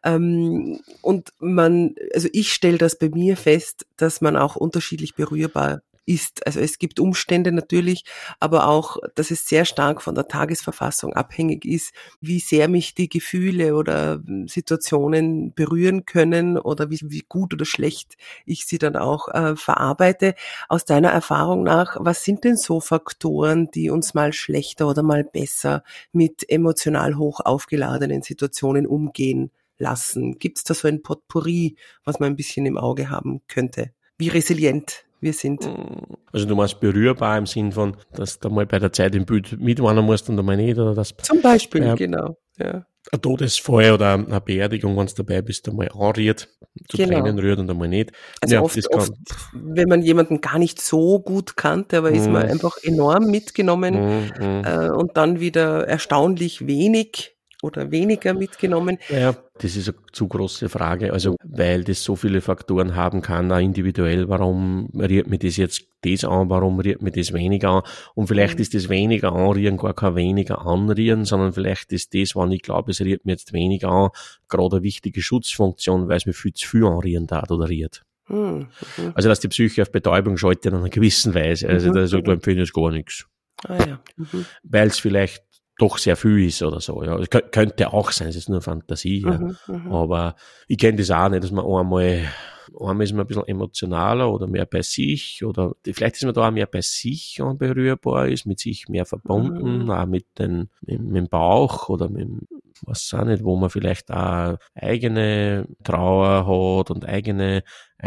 Ähm, und man, also ich stelle das bei mir fest, dass man auch unterschiedlich berührbar ist. Also es gibt Umstände natürlich, aber auch, dass es sehr stark von der Tagesverfassung abhängig ist, wie sehr mich die Gefühle oder Situationen berühren können oder wie, wie gut oder schlecht ich sie dann auch äh, verarbeite. Aus deiner Erfahrung nach, was sind denn so Faktoren, die uns mal schlechter oder mal besser mit emotional hoch aufgeladenen Situationen umgehen lassen? Gibt es da so ein Potpourri, was man ein bisschen im Auge haben könnte? Wie resilient wir sind. Also du meinst berührbar im Sinn von, dass du mal bei der Zeit im Bild mitwarnen musst und einmal nicht, oder das? Zum Beispiel, äh, genau, ja. Ein Todesfall oder eine Beerdigung, wenn du dabei bist, einmal anrührt, zu genau. Tränen rührt und einmal nicht. Also ja, oft, das kann, oft, wenn man jemanden gar nicht so gut kannte, aber mm. ist man einfach enorm mitgenommen mm, mm. Äh, und dann wieder erstaunlich wenig oder weniger mitgenommen. Ja, das ist eine zu große Frage, also weil das so viele Faktoren haben kann, auch individuell, warum rührt mir das jetzt das an, warum rührt mir das weniger an und vielleicht mhm. ist das weniger anrühren gar kein weniger anrühren, sondern vielleicht ist das, wann ich glaube, es rührt mir jetzt weniger an, gerade eine wichtige Schutzfunktion, weil es mir viel zu viel anrühren darf oder rührt. Mhm. Also dass die Psyche auf Betäubung schaltet in einer gewissen Weise, also mhm. da sagt, da empfehle ich jetzt gar nichts. Ah, ja. mhm. Weil es vielleicht doch sehr viel ist oder so, ja. Es könnte auch sein, es ist nur Fantasie, ja. Mhm, mh. Aber ich kenne das auch nicht, dass man einmal, einmal ist man ein bisschen emotionaler oder mehr bei sich oder vielleicht ist man da auch mehr bei sich und berührbar ist, mit sich mehr verbunden, mhm. auch mit, den, mit, mit dem Bauch oder mit dem, was auch nicht, wo man vielleicht auch eigene Trauer hat und eigene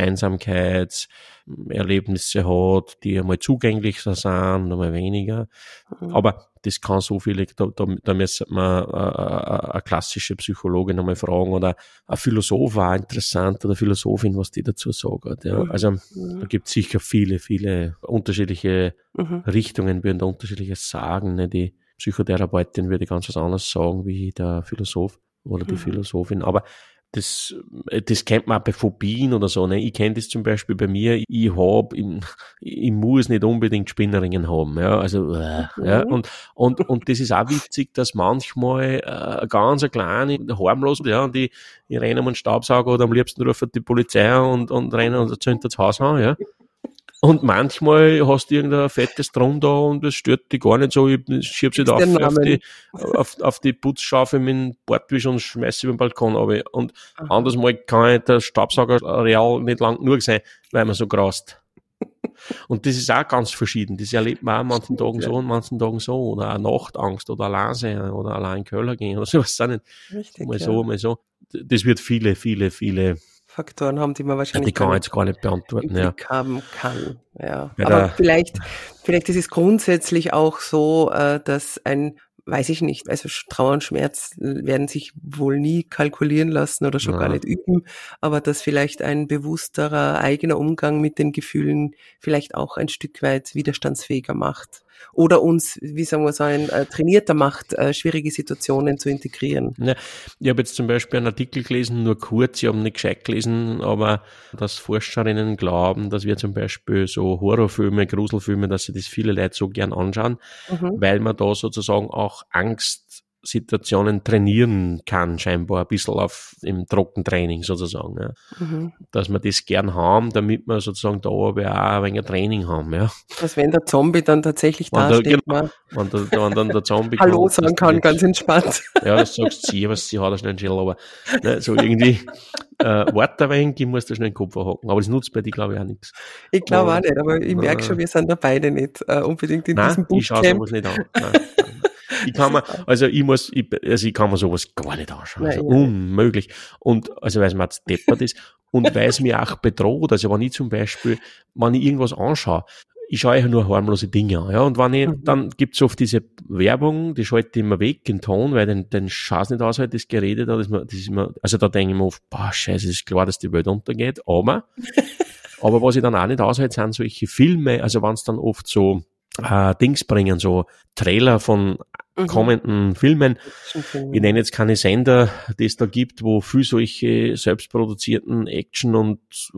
Einsamkeitserlebnisse hat, die einmal zugänglicher sind und einmal weniger. Mhm. Aber das kann so viele, da, da, da müsste man äh, eine klassische Psychologin einmal fragen oder ein Philosoph war interessant oder Philosophin, was die dazu sagt. Ja. Also mhm. da gibt es sicher viele, viele unterschiedliche mhm. Richtungen, würden da unterschiedliches sagen. Ne? Die Psychotherapeutin würde ganz was anderes sagen wie der Philosoph oder die mhm. Philosophin. Aber das, das kennt man auch bei Phobien oder so, ne? Ich kenne das zum Beispiel bei mir, ich hab, ich, ich muss nicht unbedingt Spinneringen haben, ja, also, äh, mhm. ja, und, und, und das ist auch witzig, dass manchmal, äh, ganz eine kleine, harmlos, ja, und die, ich renne um einen Staubsauger oder am liebsten rufen die Polizei und, und rennen und zünden das Haus an, ja. Und manchmal hast du irgendein fettes Drum da und das stört dich gar nicht so. Ich schieb sie da auf, auf die, auf, auf die Putzschaufel mit dem Bordwisch und schmeiß sie über den Balkon runter. Und aha. Anderes Mal kann der Staubsauger real nicht lang genug sein, weil man so grast. Und das ist auch ganz verschieden. Das erlebt man auch an manchen Tagen so und manchen Tagen so. Oder eine Nachtangst oder allein sein oder allein in den Keller gehen oder so. Ich weiß auch nicht. Richtig, mal so, ja. mal so. Das wird viele, viele, viele Faktoren haben, die man wahrscheinlich die kann man jetzt gar nicht beantworten, ja. haben kann. Ja. Ja, aber vielleicht, vielleicht ist es grundsätzlich auch so, dass ein, weiß ich nicht, also Trauer und Schmerz werden sich wohl nie kalkulieren lassen oder schon ja. gar nicht üben, aber dass vielleicht ein bewussterer eigener Umgang mit den Gefühlen vielleicht auch ein Stück weit widerstandsfähiger macht. Oder uns, wie sagen wir so, ein äh, trainierter macht, äh, schwierige Situationen zu integrieren. Ja, ich habe jetzt zum Beispiel einen Artikel gelesen, nur kurz, ich habe nicht gescheit gelesen, aber dass Forscherinnen glauben, dass wir zum Beispiel so Horrorfilme, Gruselfilme, dass sie das viele Leute so gern anschauen, mhm. weil man da sozusagen auch Angstsituationen trainieren kann, scheinbar ein bisschen auf im Trockentraining sozusagen. Ja. Mhm. Dass wir das gern haben, damit wir sozusagen da aber auch ein wenig Training haben. Ja. Dass wenn der Zombie dann tatsächlich da steht, genau, wenn, der, wenn dann der Zombie Hallo kommt, sagen kann, ganz nicht, entspannt. Ja, das sagst du, was sie hat er schnell einen Schädel, aber ne, so irgendwie äh, warte ein wenig, ich muss da schnell den Kopf verhaken. Aber das nutzt bei dir, glaube ich, auch nichts. Ich glaube auch nicht, aber ich merke schon, wir sind da beide nicht äh, unbedingt in nein, diesem Bootcamp. Ich schaue sowas nicht an. Nein, nein. Ich kann mir, also ich muss, ich, also ich kann mir sowas gar nicht anschauen. Also ja, ja. Unmöglich. Und, also weil es mir jetzt deppert ist und weil es mich auch bedroht. Also wenn ich zum Beispiel, wenn ich irgendwas anschaue, ich schaue ja nur harmlose Dinge an, ja. Und wenn ich, mhm. dann gibt's oft diese Werbung, die schalte ich immer weg, den Ton, weil den, den Scheiß nicht aushält, das Gerede da, das ist mir, das ist mir, also da denke ich mir oft, boah, scheiße, ist klar, dass die Welt untergeht, aber, aber was ich dann auch nicht aushält, sind solche Filme, also wenn es dann oft so, äh, Dings bringen, so Trailer von mhm. kommenden Filmen. Ich nenne jetzt keine Sender, die es da gibt, wo viel solche selbstproduzierten Action und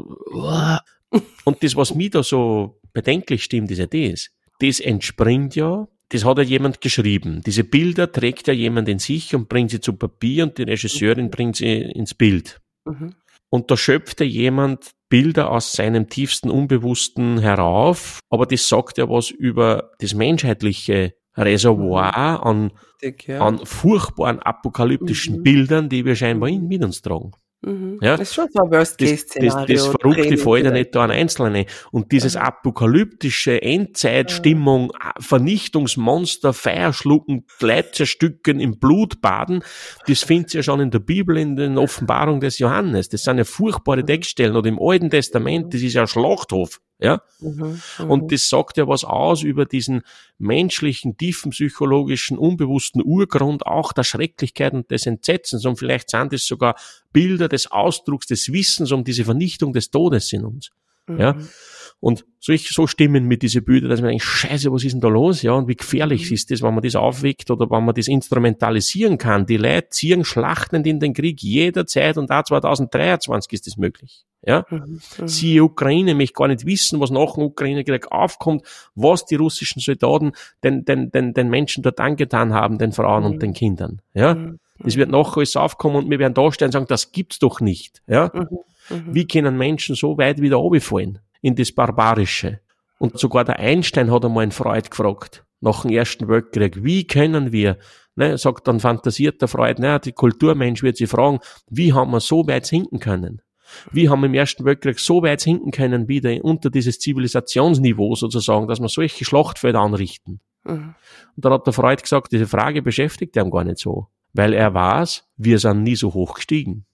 und das, was mich da so bedenklich stimmt, ist ja das. Das entspringt ja, das hat ja jemand geschrieben. Diese Bilder trägt ja jemand in sich und bringt sie zu Papier und die Regisseurin mhm. bringt sie ins Bild. Mhm. Und da schöpft ja jemand Bilder aus seinem tiefsten Unbewussten herauf, aber das sagt ja was über das menschheitliche Reservoir an, Dick, ja. an furchtbaren apokalyptischen mhm. Bildern, die wir scheinbar in, mit uns tragen. Mhm. Ja? Das ist schon so ein Worst-Case-Szenario. Das, das, das Verrückte fällt ja nicht da an Einzelne. Und dieses apokalyptische Endzeitstimmung, ja. Vernichtungsmonster, Feuer schlucken, Leute zerstücken, im Blut baden, das findet ihr ja schon in der Bibel, in den Offenbarungen des Johannes. Das sind ja furchtbare mhm. Textstellen. Oder im Alten Testament, das ist ja ein Schlachthof. Ja? Mhm, und das sagt ja was aus über diesen menschlichen, tiefen, psychologischen, unbewussten Urgrund auch der Schrecklichkeit und des Entsetzens. Und vielleicht sind das sogar Bilder des Ausdrucks, des Wissens um diese Vernichtung des Todes in uns. Mhm. Ja? Und solch, so stimmen mir diese Bilder, dass man denkt, scheiße, was ist denn da los? Ja, und wie gefährlich mhm. ist das, wenn man das aufweckt oder wenn man das instrumentalisieren kann. Die Leute ziehen schlachtend in den Krieg jederzeit und auch zwanzig dreiundzwanzig ist das möglich. Ja, mhm. siehe Ukraine, ich möchte gar nicht wissen, was nach dem Ukraine-Krieg aufkommt, was die russischen Soldaten den, den, den, den Menschen dort angetan haben, den Frauen mhm. und den Kindern. Ja, mhm. das wird nachher alles aufkommen und wir werden da stehen und sagen, das gibt's doch nicht. Ja, mhm. Mhm. Wie können Menschen so weit wieder runterfallen in das Barbarische? Und sogar der Einstein hat einmal einen Freud gefragt, nach dem Ersten Weltkrieg, wie können wir, ne, sagt dann fantasiert der Freud, ne, die Kulturmensch wird sich fragen, wie haben wir so weit sinken können? Wie haben wir im Ersten Weltkrieg so weit hinken können, wieder unter dieses Zivilisationsniveau sozusagen, dass wir solche Schlachtfelder anrichten? Mhm. Und dann hat der Freud gesagt, diese Frage beschäftigt ihn gar nicht so, weil er weiß, wir sind nie so hoch gestiegen.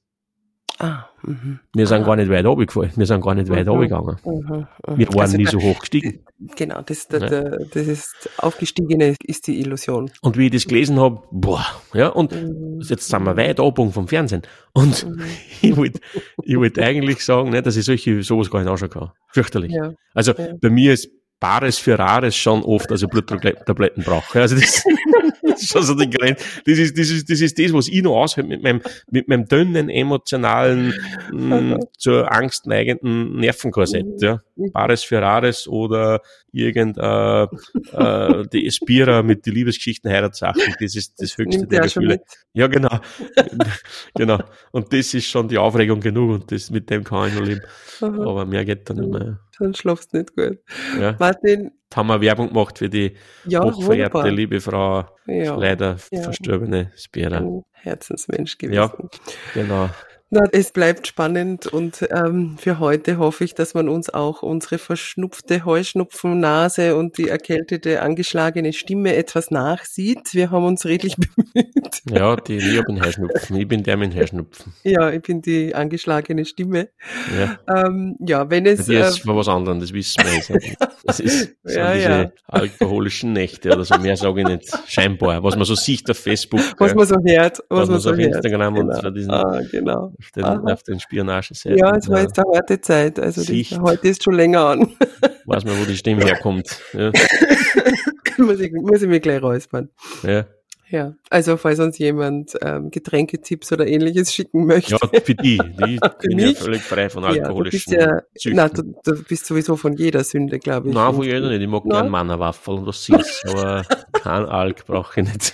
Ah, mh. Wir sind ah. gar nicht weit runtergefallen, wir sind gar nicht weit mhm. runtergegangen. Mhm. Mhm. Wir waren also nie da, so hoch gestiegen. Genau, das, da, ja. das ist Aufgestiegene ist die Illusion. Und wie ich das gelesen habe, boah, ja, und mhm. jetzt sind wir weit abgegangen vom Fernsehen. Und mhm. ich wollte ich wollt eigentlich sagen, ne, dass ich solche sowas gar nicht anschauen kann. Fürchterlich. Ja. Also ja. bei mir ist Bares für Rares schon oft, also Blutdrucktabletten brauche. Also das, das ist schon so die Grenze. Das ist, das ist, das ist das, was ich noch aushält mit meinem, mit meinem dünnen, emotionalen, mh, zur Angst neigenden Nervenkorsett, ja. Bares für Rares oder irgend, äh, äh, die Espira mit die Liebesgeschichten, Heiratssachen, das ist das höchste der Gefühle. Ja, genau. Genau. Und das ist schon die Aufregung genug und das, mit dem kann ich noch leben. Aha. Aber mehr geht dann nicht mehr. Dann schlafst du nicht gut. Ja. Martin. Da haben wir Werbung gemacht für die ja, hochverehrte, wunderbar. liebe Frau, ja. leider ja. verstorbene Spira. Ein Herzensmensch gewesen. Ja, genau. Na, es bleibt spannend und ähm, für heute hoffe ich, dass man uns auch unsere verschnupfte Heuschnupfennase und die erkältete, angeschlagene Stimme etwas nachsieht. Wir haben uns redlich bemüht. Ja, die, ich habe einen Heuschnupfen. Ich bin der mit dem Heuschnupfen. Ja, ich bin die angeschlagene Stimme. Ja, ähm, ja wenn es... Die ist äh, was anderes, das wissen wir jetzt. Das ist, das ja, sind diese ja. alkoholischen Nächte oder so, mehr sage ich nicht, scheinbar. Was man so sieht auf Facebook. Was man so hört. Was, was man so auf hört. Instagram genau. und so diesen... Ah, genau. Auf den, auf den Spionageseiten. Ja, es war jetzt eine harte Zeit. Also die, heute ist schon länger an. Weiß man, wo die Stimme herkommt. Ja. muss, ich, muss ich mir gleich räuspern. Ja. Ja, also falls uns jemand ähm, Getränketipps oder ähnliches schicken möchte. Ja, für die. Die bin ja völlig frei von alkoholischen ja, du bist ja, Süchten. na, du, du bist sowieso von jeder Sünde, glaube ich. Nein, von jeder nicht. Ich mag no? gern Mannerwaffel und was süß, aber kein Alk brauche ich nicht.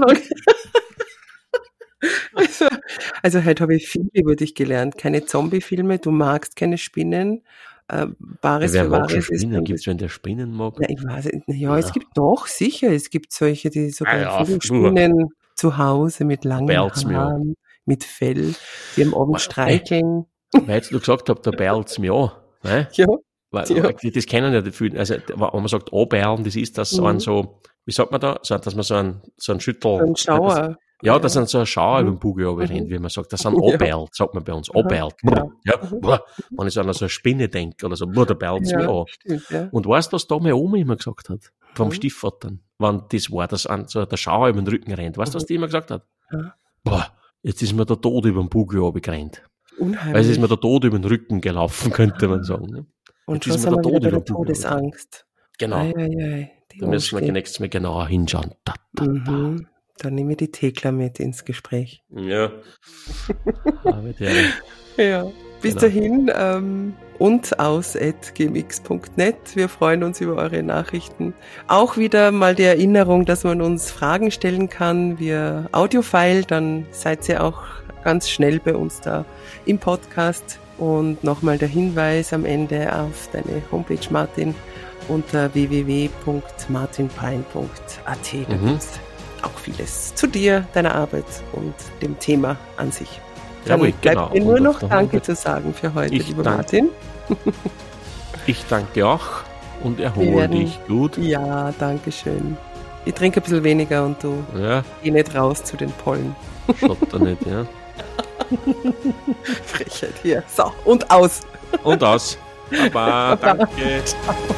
Also, also heute habe ich viel über dich gelernt. Keine Zombie-Filme, du magst keine Spinnen. Äh, Bares ja, wer für mag schon Wahres Spinnen? Gibt es wen, der Spinnen mag? Ja, ich weiß nicht. Ja, ja, Ja. es gibt doch, sicher. Es gibt solche, die sogar Ah ja, viele nur. Spinnen zu Hause mit langen Bärt's mir Haaren, mit Fell, die am Abend Ey. streicheln. Weil jetzt du gesagt hast, da bärlt's mir an. Ne? Ja, Weil, Ja. Das kennen ja die vielen. Also, wenn man sagt, anbärlen, das ist das so ein Mhm. so, wie sagt man da? So, dass man so ein, so ein Schüttel. so ein Schauer. Ja, das sind so ein Schauer Mhm. über den Bugel runterrennt, Mhm. wie man sagt. Das sind Ja. Anbärl, sagt man bei uns. Aha. Anbärl. Ja. Ja. Mhm. Boah. Wenn ich so an so eine Spinne denke oder so, boah, da bärlt's mir an. Stimmt, ja. Und weißt du, was da meine Oma immer gesagt hat? Vom Mhm. Stiefvater. Wenn das war, dass an so der Schauer über den Rücken rennt. Weißt du, was die immer gesagt hat? Ja. Boah, jetzt ist mir der Tod über den Bugel runtergerannt. Unheimlich. Weil es ist mir der Tod über den Rücken gelaufen, könnte man sagen. Ne? Und jetzt schon ist sind mir wir der wieder Tod bei über der den Bugel. Todesangst. Genau. Ei, ei, ei. Die Da müssen wir Umstände. nächstes Mal genauer hinschauen. Da, da, Mhm. Dann nehme ich die Thekla mit ins Gespräch. da. Ja. Aber der, Ja. Bis Genau. dahin ähm, und aus at gmx punkt net. Wir freuen uns über eure Nachrichten. Auch wieder mal die Erinnerung, dass man uns Fragen stellen kann via Audiofile. Dann seid ihr auch ganz schnell bei uns da im Podcast. Und nochmal der Hinweis am Ende auf deine Homepage, Martin, unter w w w punkt martinpein punkt a t. Da Mhm. gibt's auch vieles zu dir, deiner Arbeit und dem Thema an sich. Dann Jawohl, bleibt genau. mir nur Und noch auf der Danke Homepage- zu sagen für heute, Ich lieber danke. Martin. ich danke auch und Wir erhole werden- dich gut. Ja, danke schön. Ich trinke ein bisschen weniger und du Ja, geh nicht raus zu den Pollen. schaut da nicht, ja. Frechheit hier. So, und aus. Und aus. Baba, Baba. danke.